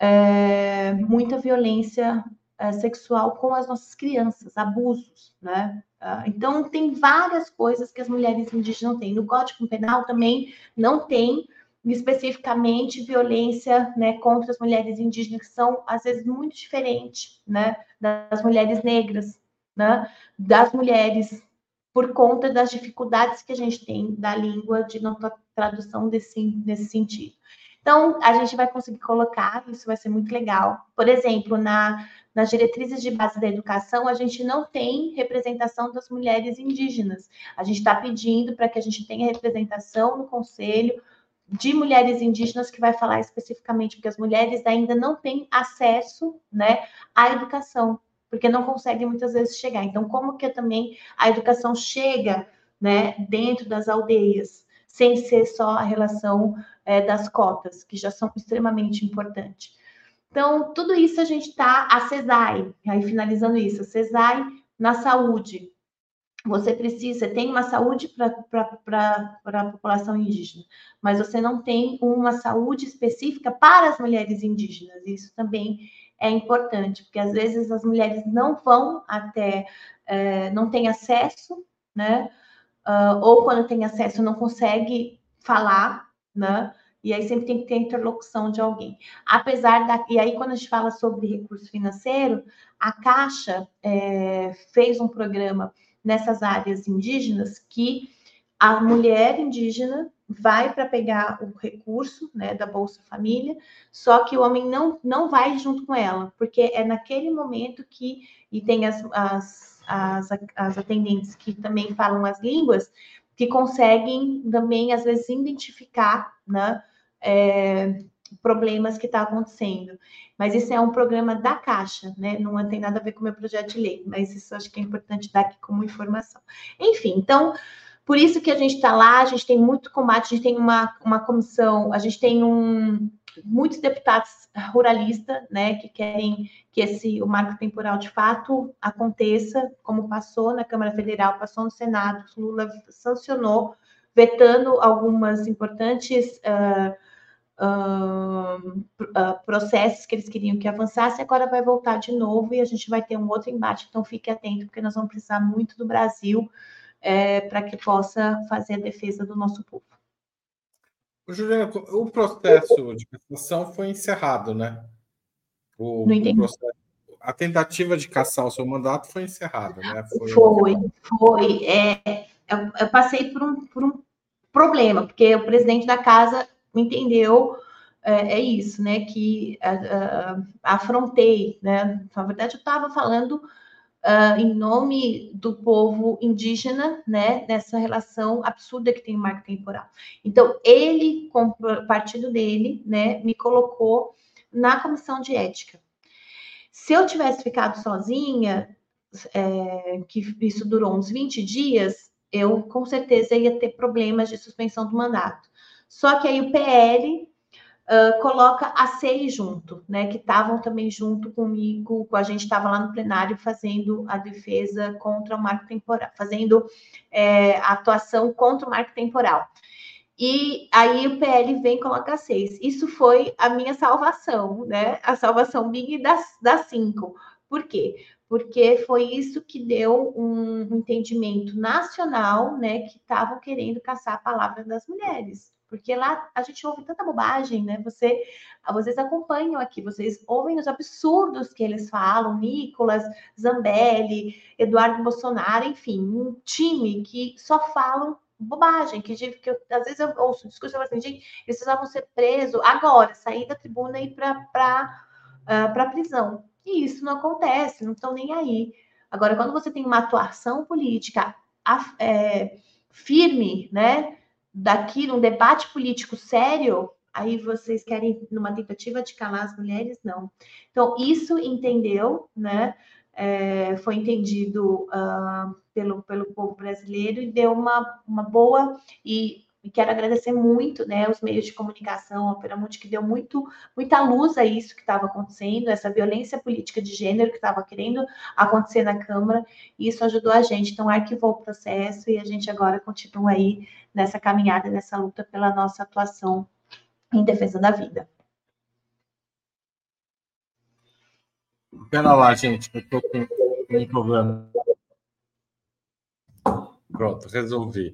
Muita violência sexual com as nossas crianças, abusos, né? Então, tem várias coisas que as mulheres indígenas não têm. No Código Penal também não tem especificamente violência, né, contra as mulheres indígenas, que são, às vezes, muito diferentes, né, das mulheres negras, né, das mulheres, por conta das dificuldades que a gente tem da língua, de não tradução nesse sentido. Então, a gente vai conseguir colocar, isso vai ser muito legal. Por exemplo, nas diretrizes de base da educação, a gente não tem representação das mulheres indígenas. A gente está pedindo para que a gente tenha representação no conselho de mulheres indígenas, que vai falar especificamente, porque as mulheres ainda não têm acesso, né, à educação, porque não conseguem muitas vezes chegar. Então, como que também a educação chega, né, dentro das aldeias, sem ser só a relação das cotas, que já são extremamente importantes. Então, tudo isso a gente está, a CESAI, aí finalizando isso, a CESAI na saúde. Você tem uma saúde para a população indígena, mas você não tem uma saúde específica para as mulheres indígenas. Isso também é importante, porque às vezes as mulheres não vão até, não têm acesso, né? Ou quando tem acesso não consegue falar, né? E aí sempre tem que ter interlocução de alguém. E aí quando a gente fala sobre recurso financeiro, a Caixa fez um programa nessas áreas indígenas que a mulher indígena vai para pegar o recurso, né, da Bolsa Família, só que o homem não vai junto com ela, porque é naquele momento que, e tem as atendentes que também falam as línguas, que conseguem também, às vezes, identificar, né, problemas que está acontecendo. Mas isso é um programa da Caixa, né? Não tem nada a ver com o meu projeto de lei, mas isso acho que é importante dar aqui como informação. Enfim, então, por isso que a gente está lá, a gente tem muito combate, a gente tem uma comissão, a gente tem muitos deputados ruralistas, né, que querem que o marco temporal de fato aconteça, como passou na Câmara Federal, passou no Senado, Lula sancionou, vetando algumas importantes processos que eles queriam que avançasse, agora vai voltar de novo e a gente vai ter um outro embate, então fique atento, porque nós vamos precisar muito do Brasil para que possa fazer a defesa do nosso povo. Juliana, o processo de cassação foi encerrado, né? Não entendi. A tentativa de cassar o seu mandato foi encerrada, né? Foi. Eu passei por um problema, porque o presidente da casa entendeu isso, né? Que afrontei, né? Na verdade, eu estava falando em nome do povo indígena, né, nessa relação absurda que tem o marco temporal. Então, ele, com o partido dele, né, me colocou na comissão de ética. Se eu tivesse ficado sozinha, que isso durou uns 20 dias, eu com certeza ia ter problemas de suspensão do mandato. Só que aí o PL coloca a SEI junto, né? Que estavam também junto comigo, a gente estava lá no plenário fazendo a defesa contra o marco temporal, fazendo a atuação contra o marco temporal. E aí o PL vem e coloca 6. Isso foi a minha salvação, né? A salvação minha e das 5. Por quê? Porque foi isso que deu um entendimento nacional, né? Que estavam querendo caçar a palavra das mulheres. Porque lá a gente ouve tanta bobagem, né? Vocês acompanham aqui, vocês ouvem os absurdos que eles falam, Nicolas, Zambelli, Eduardo Bolsonaro, enfim, um time que só falam bobagem, que às vezes eu ouço discurso assim, gente, eles precisavam ser presos agora, sair da tribuna e ir para a prisão. E isso não acontece, não estão nem aí. Agora, quando você tem uma atuação política firme, né, daquilo, um debate político sério, aí vocês querem, numa tentativa de calar as mulheres, não. Então, isso entendeu, né, foi entendido pelo povo brasileiro e deu uma boa, e quero agradecer muito, né, os meios de comunicação, a Operamundi, que deu muita luz a isso que estava acontecendo, essa violência política de gênero que estava querendo acontecer na Câmara, e isso ajudou a gente. Então, arquivou o processo e a gente agora continua aí nessa caminhada, nessa luta pela nossa atuação em defesa da vida. Pera lá, gente, eu tô com um problema. Pronto, resolvi.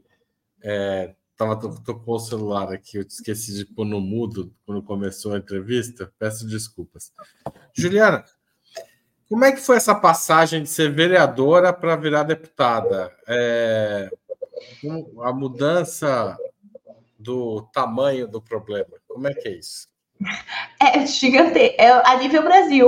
Tô com o celular aqui, eu esqueci de pôr no mudo quando começou a entrevista. Peço desculpas. Juliana, como é que foi essa passagem de ser vereadora para virar deputada? A mudança do tamanho do problema, como é que é isso? É gigante, a nível Brasil.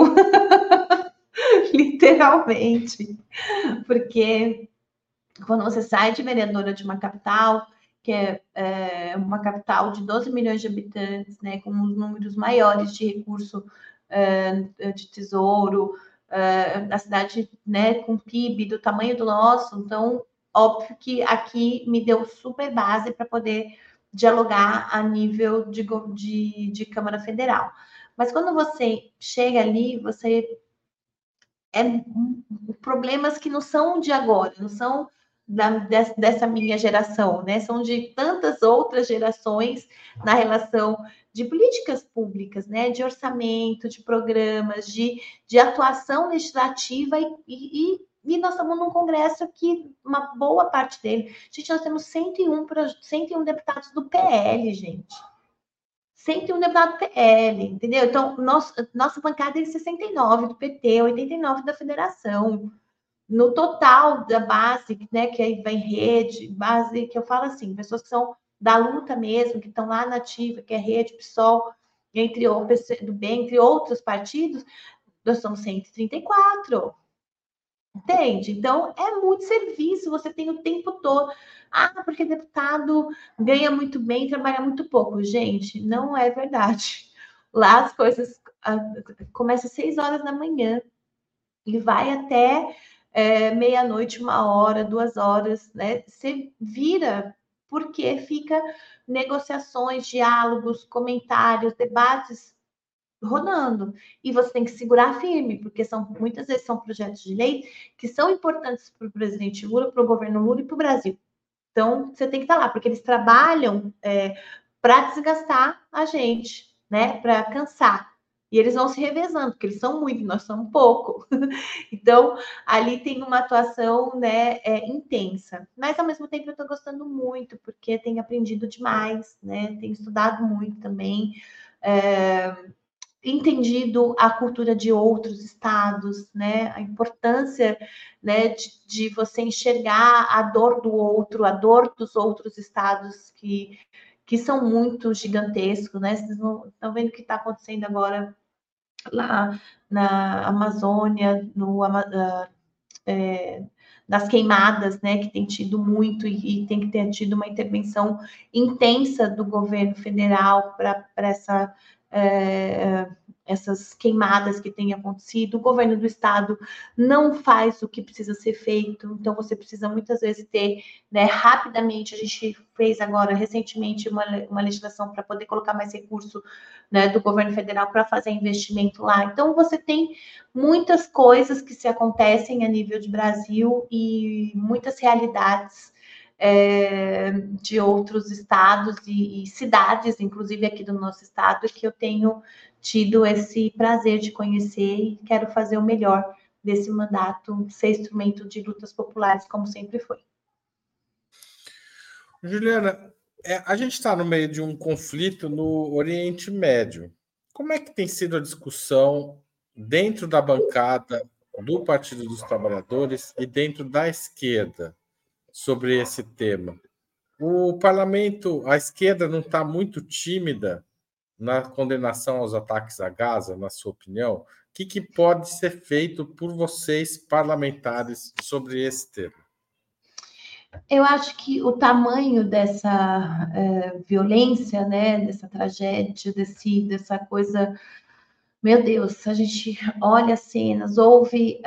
Literalmente. Porque quando você sai de vereadora de uma capital, que é uma capital de 12 milhões de habitantes, né, com os números maiores de recurso de tesouro, a cidade, né, com PIB do tamanho do nosso, então, óbvio que aqui me deu super base para poder dialogar a nível de Câmara Federal. Mas quando você chega ali, você problemas que não são de agora, não são dessa minha geração, né? São de tantas outras gerações na relação de políticas públicas, né? De orçamento, de programas, de atuação legislativa e nós estamos num congresso que uma boa parte dele, gente, nós temos 101 deputados do PL, gente. 101 deputados do PL, entendeu? Então, nossa bancada é 69 do PT, 89 da federação. No total da base, né, que aí vem rede, base, que eu falo assim, pessoas que são da luta mesmo, que estão lá na ativa, que é rede, PSOL, entre o PC do bem, entre outros partidos, nós somos 134. Entende? Então, é muito serviço, você tem o tempo todo. Ah, porque deputado ganha muito bem, trabalha muito pouco. Gente, não é verdade. Lá as coisas começam às 6 horas da manhã e vai até meia-noite, 1 hora, 2 horas, né? Você vira, porque fica negociações, diálogos, comentários, debates rodando. E você tem que segurar firme, porque muitas vezes são projetos de lei que são importantes para o presidente Lula, para o governo Lula e para o Brasil. Então, você tem que estar lá, porque eles trabalham para desgastar a gente, né? Para cansar. E eles vão se revezando, porque eles são muito, nós somos pouco. Então, ali tem uma atuação, né, intensa. Mas, ao mesmo tempo, eu estou gostando muito, porque tenho aprendido demais, né? Tenho estudado muito também. Entendido a cultura de outros estados, né? A importância, né, de você enxergar a dor do outro, a dor dos outros estados que são muito gigantescos, né? Vocês estão vendo o que está acontecendo agora lá na Amazônia, das queimadas, né, que tem tido muito e tem que ter tido uma intervenção intensa do governo federal para essas queimadas que têm acontecido. O governo do estado não faz o que precisa ser feito, então você precisa muitas vezes ter, né, rapidamente, a gente fez agora recentemente uma legislação para poder colocar mais recurso, né, do governo federal para fazer investimento lá. Então você tem muitas coisas que se acontecem a nível de Brasil e muitas realidades de outros estados e cidades, inclusive aqui do nosso estado, que eu tenho tido esse prazer de conhecer e quero fazer o melhor desse mandato, ser instrumento de lutas populares, como sempre foi. Juliana, a gente está no meio de um conflito no Oriente Médio. Como é que tem sido a discussão dentro da bancada do Partido dos Trabalhadores e dentro da esquerda sobre esse tema? O parlamento, a esquerda não está muito tímida na condenação aos ataques a Gaza, na sua opinião? O que pode ser feito por vocês, parlamentares, sobre esse tema? Eu acho que o tamanho dessa violência, né, dessa tragédia, dessa coisa, meu Deus, a gente olha as cenas, ouve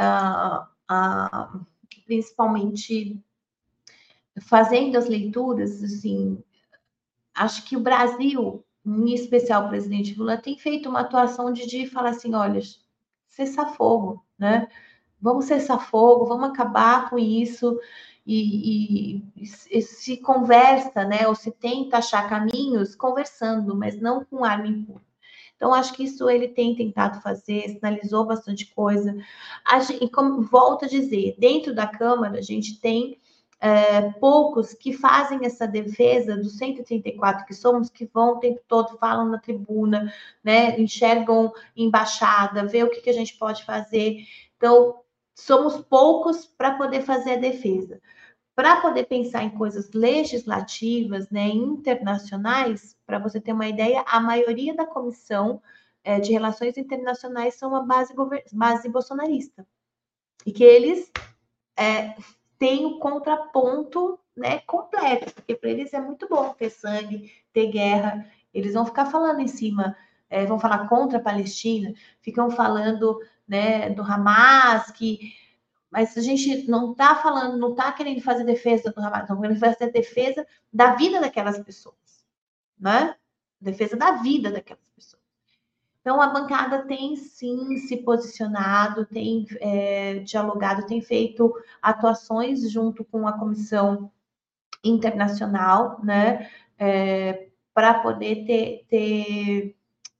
principalmente fazendo as leituras, assim, acho que o Brasil, em especial o presidente Lula, tem feito uma atuação de falar assim, olha, cessar fogo, né? Vamos cessar fogo, vamos acabar com isso e se conversa, né? Ou se tenta achar caminhos conversando, mas não com arma em punho. Então, acho que isso ele tem tentado fazer, sinalizou bastante coisa. E como volto a dizer, dentro da Câmara, a gente tem poucos que fazem essa defesa dos 134 que somos, que vão o tempo todo, falam na tribuna, né, enxergam embaixada, vê o que a gente pode fazer. Então, somos poucos para poder fazer a defesa. Para poder pensar em coisas legislativas, né, internacionais, para você ter uma ideia, a maioria da comissão de relações internacionais são uma base bolsonarista. E que eles têm o contraponto, né, completo, porque para eles é muito bom ter sangue, ter guerra. Eles vão ficar falando em cima, vão falar contra a Palestina, ficam falando, né, do Hamas, mas a gente não está falando, não está querendo fazer defesa do Hamas, estamos querendo fazer defesa da vida daquelas pessoas, né? Defesa da vida daquelas pessoas. Então, a bancada tem sim se posicionado, tem dialogado, tem feito atuações junto com a Comissão Internacional, né? Para poder ter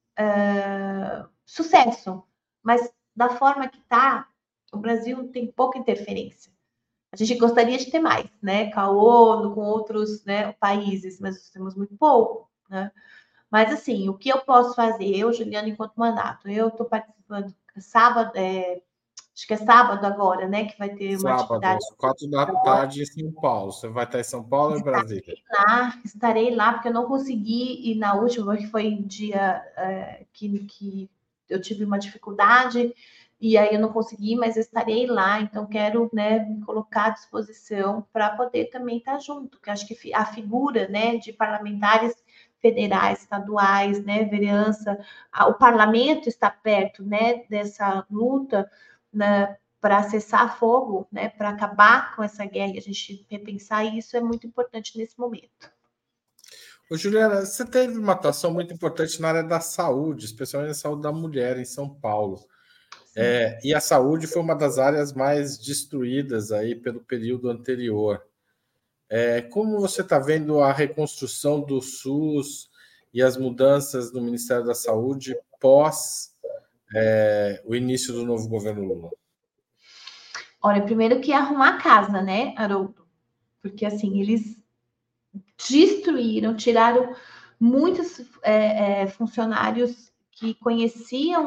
sucesso. Mas da forma que está, o Brasil tem pouca interferência. A gente gostaria de ter mais, né? Com a ONU, com outros, né, países, mas temos muito pouco, né? Mas, assim, o que eu posso fazer? Eu, Juliana, enquanto mandato, eu estou participando sábado, acho que é sábado agora, né? Que vai ter uma Sábado, atividade. às 4 da tarde em São Paulo. Você vai estar em São Paulo ou em Brasília? Estarei lá, porque eu não consegui ir na última, que foi um dia que eu tive uma dificuldade, e aí eu não consegui, mas eu estarei lá, então quero, né, me colocar à disposição para poder também estar junto, porque acho que a figura, né, de parlamentares federais, estaduais, né, vereança, o parlamento está perto, né, dessa luta, né, para cessar fogo, né, para acabar com essa guerra e a gente repensar isso é muito importante nesse momento. Ô, Juliana, você teve uma atuação muito importante na área da saúde, especialmente na saúde da mulher em São Paulo. E a saúde foi uma das áreas mais destruídas aí pelo período anterior. Como você está vendo a reconstrução do SUS e as mudanças no Ministério da Saúde pós o início do novo governo Lula? Olha, primeiro que arrumar a casa, né, Haroldo? Porque, assim, eles destruíram, tiraram muitos funcionários que conheciam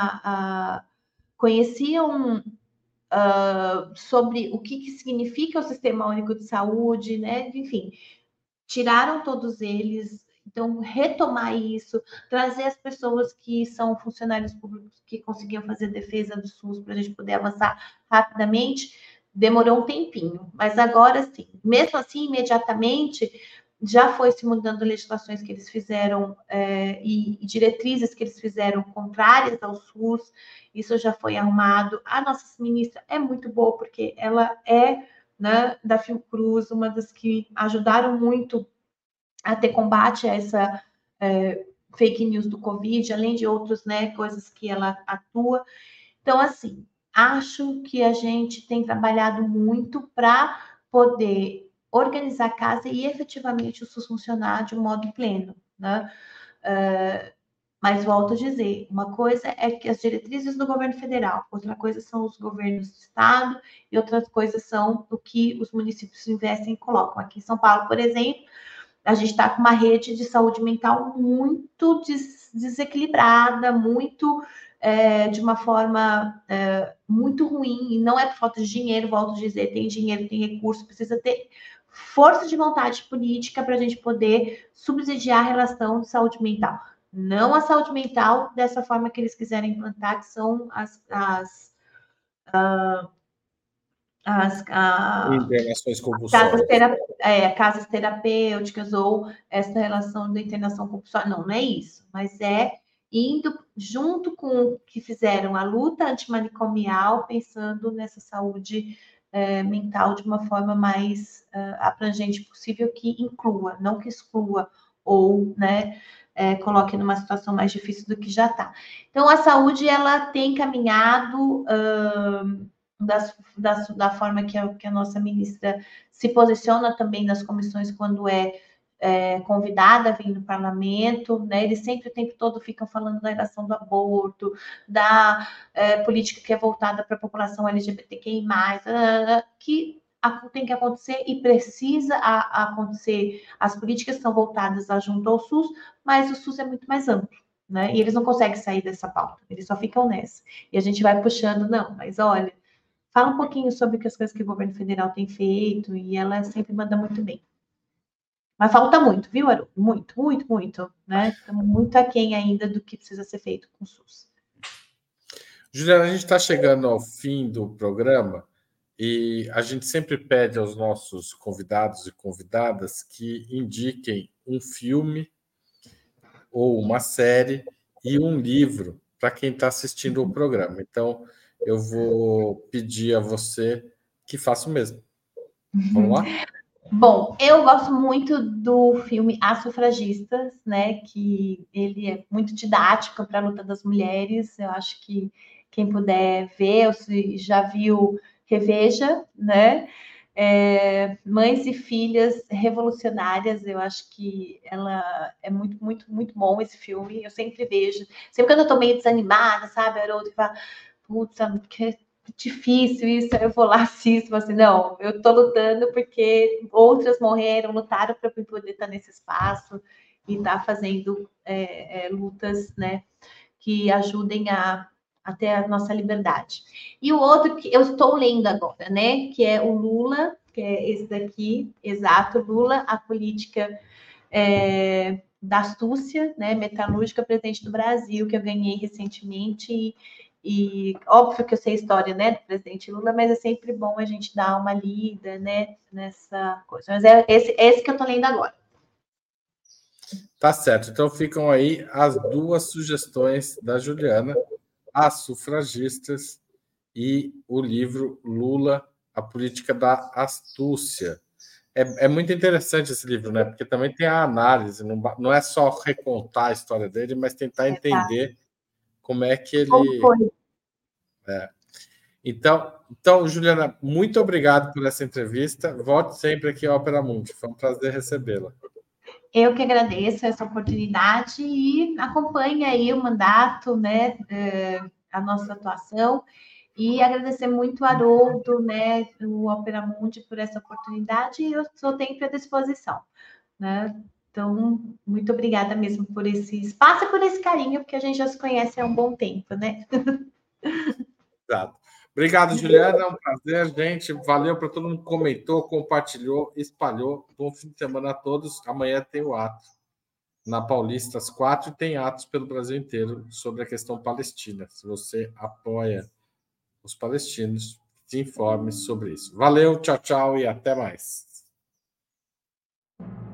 sobre o que significa o Sistema Único de Saúde, né? Enfim, tiraram todos eles. Então, retomar isso, trazer as pessoas que são funcionários públicos que conseguiam fazer defesa do SUS para a gente poder avançar rapidamente, demorou um tempinho, mas agora sim, mesmo assim, imediatamente já foi se mudando legislações que eles fizeram e diretrizes que eles fizeram contrárias ao SUS, isso já foi arrumado. A nossa ministra é muito boa, porque ela é, né, da Fiocruz, uma das que ajudaram muito a ter combate a essa fake news do Covid, além de outras, né, coisas que ela atua. Então, assim, acho que a gente tem trabalhado muito para poder organizar a casa e efetivamente o SUS funcionar de um modo pleno, né? Mas volto a dizer, uma coisa é que as diretrizes do governo federal, outra coisa são os governos do estado e outras coisas são o que os municípios investem e colocam. Aqui em São Paulo, por exemplo, a gente está com uma rede de saúde mental muito desequilibrada, muito de uma forma muito ruim, e não é por falta de dinheiro, volto a dizer, tem dinheiro, tem recurso, precisa ter força de vontade política para a gente poder subsidiar a relação de saúde mental. Não a saúde mental dessa forma que eles quiserem implantar, que são as internações compulsórias. Casas terapêuticas ou essa relação da internação compulsória. Não é isso, mas é indo junto com o que fizeram a luta antimanicomial, pensando nessa saúde mental de uma forma mais abrangente possível, que inclua, não que exclua ou, né, coloque numa situação mais difícil do que já está. Então, a saúde, ela tem caminhado da forma que a nossa ministra se posiciona também nas comissões quando convidada a vir no parlamento, né? Eles sempre, o tempo todo, ficam falando da relação do aborto, da política que é voltada para a população LGBTQI+, que tem que acontecer e precisa acontecer. As políticas são voltadas junto ao SUS, mas o SUS é muito mais amplo, né? E eles não conseguem sair dessa pauta, eles só ficam nessa. E a gente vai puxando, não, mas olha, fala um pouquinho sobre as coisas que o governo federal tem feito, e ela sempre manda muito bem. Mas falta muito, viu, Aru? Muito, muito, muito, né? Estamos muito aquém ainda do que precisa ser feito com o SUS. Juliana, a gente está chegando ao fim do programa e a gente sempre pede aos nossos convidados e convidadas que indiquem um filme ou uma série e um livro para quem está assistindo o programa. Então, eu vou pedir a você que faça o mesmo. Vamos lá? Bom, eu gosto muito do filme As Sufragistas, né? Que ele é muito didático para a luta das mulheres. Eu acho que quem puder ver, ou se já viu, reveja, né? Mães e Filhas Revolucionárias, eu acho que ela é muito, muito, muito bom esse filme. Eu sempre vejo, sempre quando eu tô meio desanimada, sabe, Haroldo, que fala, putz, que difícil isso, eu vou lá, assisto, assim, não, eu tô lutando porque outras morreram, lutaram para poder estar nesse espaço e estar fazendo lutas, né, que ajudem até a nossa liberdade. E o outro que eu estou lendo agora, né, que é o Lula, que é esse daqui, exato, Lula, a política da astúcia, né, metalúrgica, presidente do Brasil, que eu ganhei recentemente, e óbvio que eu sei a história, né, do presidente Lula, mas é sempre bom a gente dar uma lida, né, nessa coisa. Mas é esse que eu estou lendo agora. Tá certo. Então ficam aí as duas sugestões da Juliana, As Sufragistas e o livro Lula, a Política da Astúcia. É muito interessante esse livro, né? Porque também tem a análise, não é só recontar a história dele, mas tentar entender como é que ele. Como foi? Então, Juliana, muito obrigado por essa entrevista. Volte sempre aqui ao Opera Mundi. Foi um prazer recebê-la. Eu que agradeço essa oportunidade e acompanhe aí o mandato, né, a nossa atuação. E agradecer muito o Haroldo, né, o Opera Mundi, por essa oportunidade, e eu estou sempre à disposição, né? Então, muito obrigada mesmo por esse espaço e por esse carinho, porque a gente já se conhece há um bom tempo, né? Exato. Obrigado, Juliana. É um prazer, gente. Valeu para todo mundo que comentou, compartilhou, espalhou. Bom fim de semana a todos. Amanhã tem o ato na Paulista, às 4h, e tem atos pelo Brasil inteiro sobre a questão palestina. Se você apoia os palestinos, te informe sobre isso. Valeu, tchau, tchau e até mais.